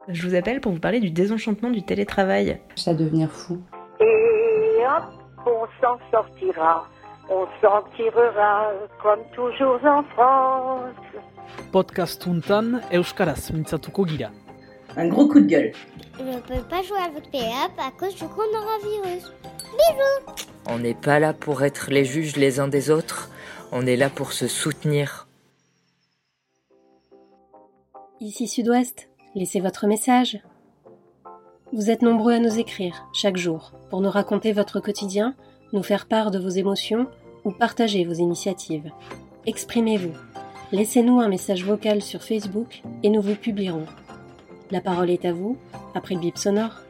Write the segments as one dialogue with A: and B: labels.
A: Je vous appelle pour vous parler du désenchantement du télétravail.
B: À devenir fou.
C: Et hop, on s'en sortira, on s'en tirera, comme toujours en France.
D: Podcast hontan euskaraz mintzatuko gira.
B: Un gros coup de gueule.
E: Je ne peux pas jouer à votre PAP à cause du coronavirus. Bisous.
F: On n'est pas là pour être les juges les uns des autres, on est là pour se soutenir.
G: Ici Sud-Ouest, laissez votre message. Vous êtes nombreux à nous écrire, chaque jour, pour nous raconter votre quotidien, nous faire part de vos émotions ou partager vos initiatives. Exprimez-vous. Laissez-nous un message vocal sur Facebook et nous vous publierons. La parole est à vous, après le bip sonore.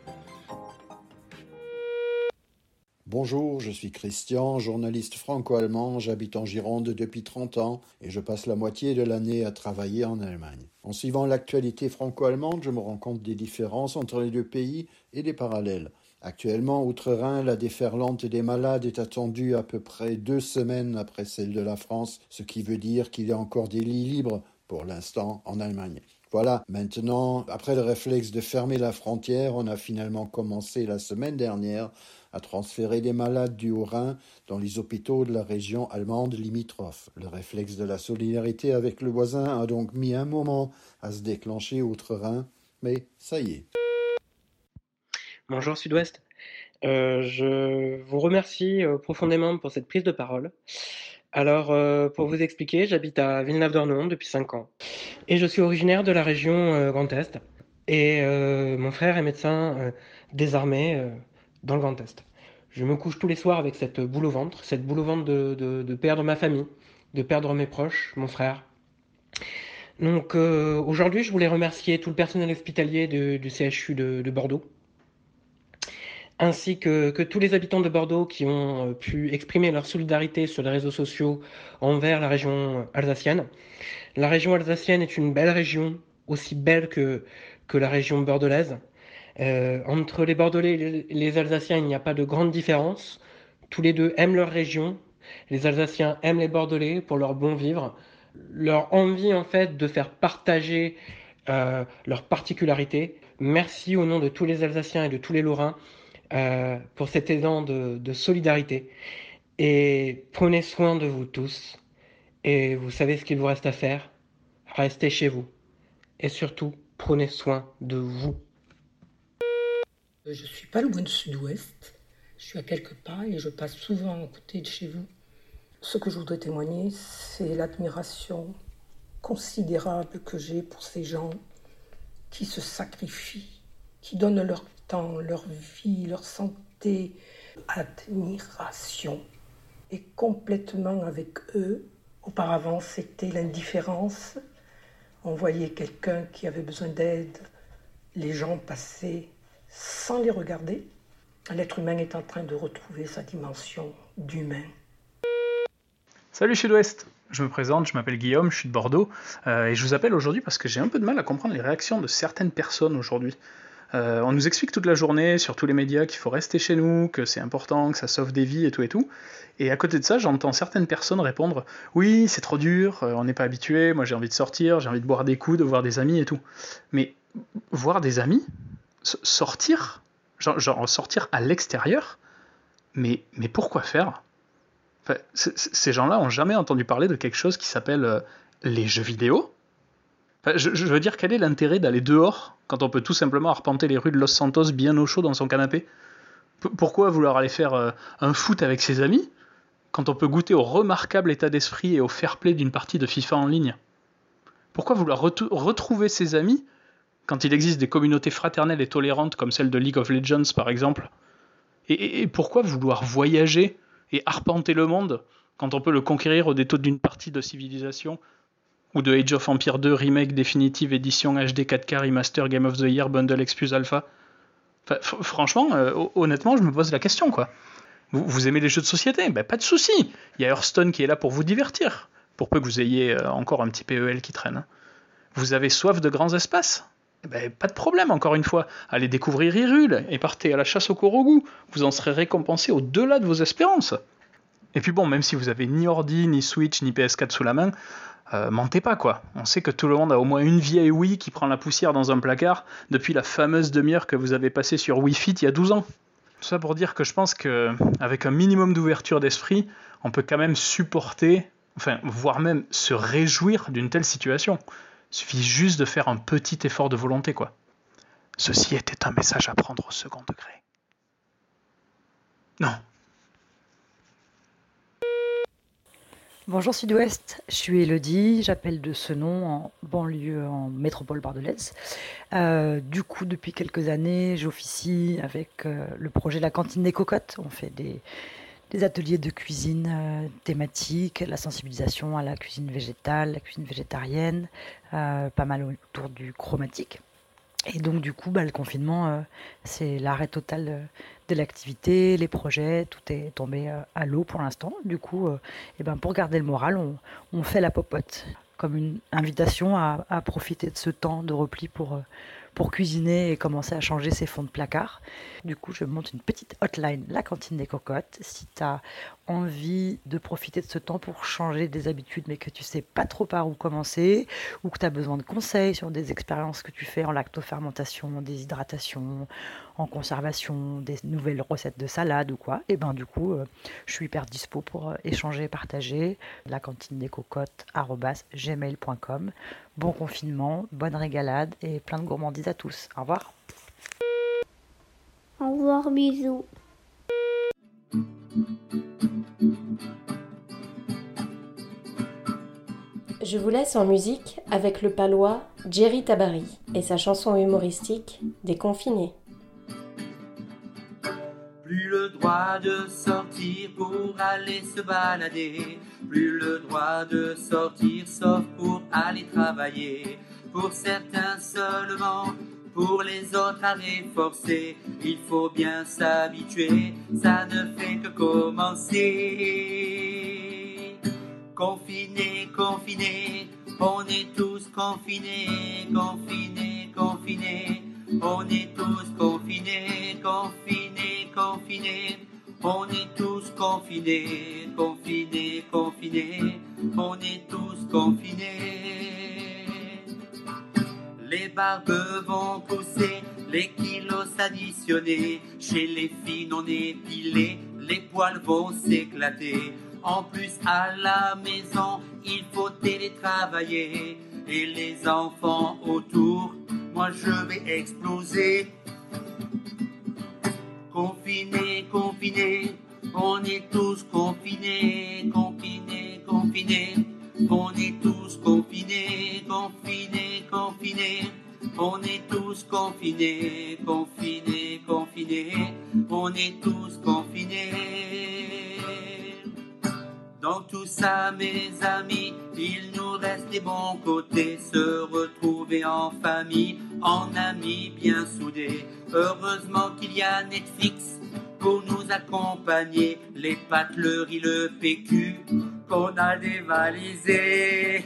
H: Bonjour, je suis Christian, journaliste franco-allemand, j'habite en Gironde depuis 30 ans et je passe la moitié de l'année à travailler en Allemagne. En suivant l'actualité franco-allemande, je me rends compte des différences entre les deux pays et des parallèles. Actuellement, outre-Rhin, la déferlante des malades est attendue à peu près 2 semaines après celle de la France, ce qui veut dire qu'il y a encore des lits libres, pour l'instant, en Allemagne. Voilà, maintenant, après le réflexe de fermer la frontière, on a finalement commencé la semaine dernière à transférer des malades du Haut-Rhin dans les hôpitaux de la région allemande limitrophe. Le réflexe de la solidarité avec le voisin a donc mis un moment à se déclencher outre-Rhin, mais ça y est.
I: Bonjour Sud-Ouest, je vous remercie profondément pour cette prise de parole. Alors, pour vous expliquer, j'habite à Villeneuve-d'Ornon depuis 5 ans et je suis originaire de la région Grand Est et mon frère est médecin des armées dans le Grand Est. Je me couche tous les soirs avec cette boule au ventre de perdre ma famille, de perdre mes proches, mon frère. Donc aujourd'hui, je voulais remercier tout le personnel hospitalier du CHU de Bordeaux, ainsi que tous les habitants de Bordeaux qui ont pu exprimer leur solidarité sur les réseaux sociaux envers la région alsacienne. La région alsacienne est une belle région, aussi belle que la région bordelaise. Entre les Bordelais et les Alsaciens, il n'y a pas de grande différence. Tous les deux aiment leur région. Les Alsaciens aiment les Bordelais pour leur bon vivre, leur envie en fait de faire partager leurs particularités. Merci au nom de tous les Alsaciens et de tous les Lorrains pour cet élan de solidarité. Et prenez soin de vous tous. Et vous savez ce qu'il vous reste à faire. Restez chez vous. Et surtout, prenez soin de vous.
J: Je suis pas loin de Sud-Ouest. Je suis à quelques pas et je passe souvent à côté de chez vous. Ce que je voudrais témoigner, c'est l'admiration considérable que j'ai pour ces gens qui se sacrifient, qui donnent leur temps, leur vie, leur santé. Admiration. Et complètement avec eux. Auparavant, c'était l'indifférence. On voyait quelqu'un qui avait besoin d'aide. Les gens passaient sans les regarder. L'être humain est en train de retrouver sa dimension d'humain.
K: Salut Sud-Ouest, je me présente, je m'appelle Guillaume, je suis de Bordeaux, et je vous appelle aujourd'hui parce que j'ai un peu de mal à comprendre les réactions de certaines personnes aujourd'hui. On nous explique toute la journée sur tous les médias qu'il faut rester chez nous, que c'est important, que ça sauve des vies et tout. Et à côté de ça, j'entends certaines personnes répondre « Oui, c'est trop dur, on n'est pas habitué, moi j'ai envie de sortir, j'ai envie de boire des coups, de voir des amis et tout. » Mais voir des amis sortir, genre sortir à l'extérieur, mais pourquoi faire ? Enfin, ces gens-là ont jamais entendu parler de quelque chose qui s'appelle les jeux vidéo. Enfin, je veux dire, quel est l'intérêt d'aller dehors quand on peut tout simplement arpenter les rues de Los Santos bien au chaud dans son canapé ? Pourquoi vouloir aller faire un foot avec ses amis quand on peut goûter au remarquable état d'esprit et au fair play d'une partie de FIFA en ligne ? Pourquoi vouloir retrouver ses amis quand il existe des communautés fraternelles et tolérantes comme celle de League of Legends par exemple ? Et pourquoi vouloir voyager et arpenter le monde quand on peut le conquérir au détour d'une partie de civilisation ou de Age of Empires 2 Remake Definitive Edition HD 4K Remaster Game of the Year Bundle X Plus Alpha ? Enfin, franchement, honnêtement, je me pose la question, quoi. Vous aimez les jeux de société ? Ben, pas de souci. Il y a Hearthstone qui est là pour vous divertir, pour peu que vous ayez encore un petit PEL qui traîne. Vous avez soif de grands espaces ? Ben, pas de problème, encore une fois. Allez découvrir Hyrule et partez à la chasse au Korogu. Vous en serez récompensé au-delà de vos espérances. Et puis bon, même si vous avez ni ordi, ni Switch, ni PS4 sous la main, Mentez pas, quoi. On sait que tout le monde a au moins une vieille Wii qui prend la poussière dans un placard depuis la fameuse demi-heure que vous avez passée sur Wii Fit il y a 12 ans. Tout ça pour dire que je pense qu'avec un minimum d'ouverture d'esprit, on peut quand même supporter, voire même se réjouir d'une telle situation. Il suffit juste de faire un petit effort de volonté, quoi. Ceci était un message à prendre au second degré. Non.
L: Bonjour Sud-Ouest, je suis Elodie, j'appelle de ce nom en banlieue, en métropole bordelaise. Du coup, depuis quelques années, j'officie avec le projet La Cantine des Cocottes. On fait des ateliers de cuisine thématiques, la sensibilisation à la cuisine végétale, la cuisine végétarienne, pas mal autour du chromatique. Et donc du coup, le confinement, c'est l'arrêt total de l'activité, les projets, tout est tombé à l'eau pour l'instant. Du coup, pour garder le moral, on fait la popote, comme une invitation à profiter de ce temps de repli pour cuisiner et commencer à changer ses fonds de placard. Du coup, je monte une petite hotline, La Cantine des Cocottes. Si tu as envie de profiter de ce temps pour changer des habitudes, mais que tu sais pas trop par où commencer, ou que tu as besoin de conseils sur des expériences que tu fais en lactofermentation, en déshydratation, en conservation, des nouvelles recettes de salade ou quoi, du coup, je suis hyper dispo pour échanger et partager. lacantinedescocottes@gmail.com. Bon confinement, bonne régalade et plein de gourmandises à tous. Au revoir.
E: Au revoir, bisous.
G: Je vous laisse en musique avec le palois Jerry Tabary et sa chanson humoristique Déconfiné.
M: Plus le droit de sortir pour aller se balader, plus le droit de sortir sauf pour aller travailler. Pour certains seulement, pour les autres arrêts forcés, il faut bien s'habituer, ça ne fait que commencer. Confinés, confinés, on est tous confinés, confinés, confinés. On est tous confinés, confinés, confinés. On est tous confinés, confinés, confinés. On est tous confinés. Les barbes vont pousser, les kilos s'additionner. Chez les filles non épilées, les poils vont s'éclater. En plus, à la maison, il faut télétravailler. Et les enfants autour, moi je vais exploser. Confinés, confinés, on est tous confinés, confinés, confinés. On est tous confinés, confinés, confinés. On est tous confinés, confinés, confinés. On est tous confinés. Dans tout ça, mes amis, il nous reste des bons côtés. Se retrouver en famille, en amis bien soudés. Heureusement qu'il y a Netflix pour nous accompagner. Les pâtes, le riz, le PQ qu'on a dévalisé.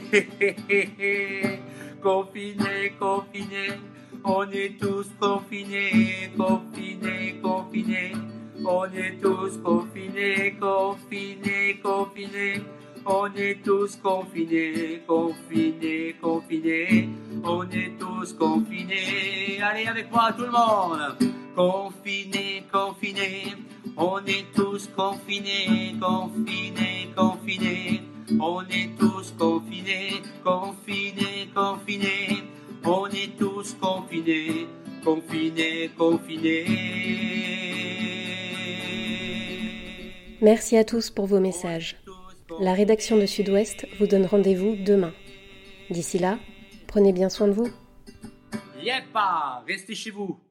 M: Confinés, confinés, on est tous confinés, confinés, confinés. On est tous confinés, confinés, confinés. On est tous confinés, confinés, confinés. On est tous confinés. Allez avec moi tout le monde. Confinés, confinés. On est tous confinés, confinés, confinés. On est tous confinés, confinés, confinés. On est tous confinés, confinés, confinés.
G: Merci à tous pour vos messages. La rédaction de Sud-Ouest vous donne rendez-vous demain. D'ici là, prenez bien soin de vous.
M: Yepa, restez chez vous.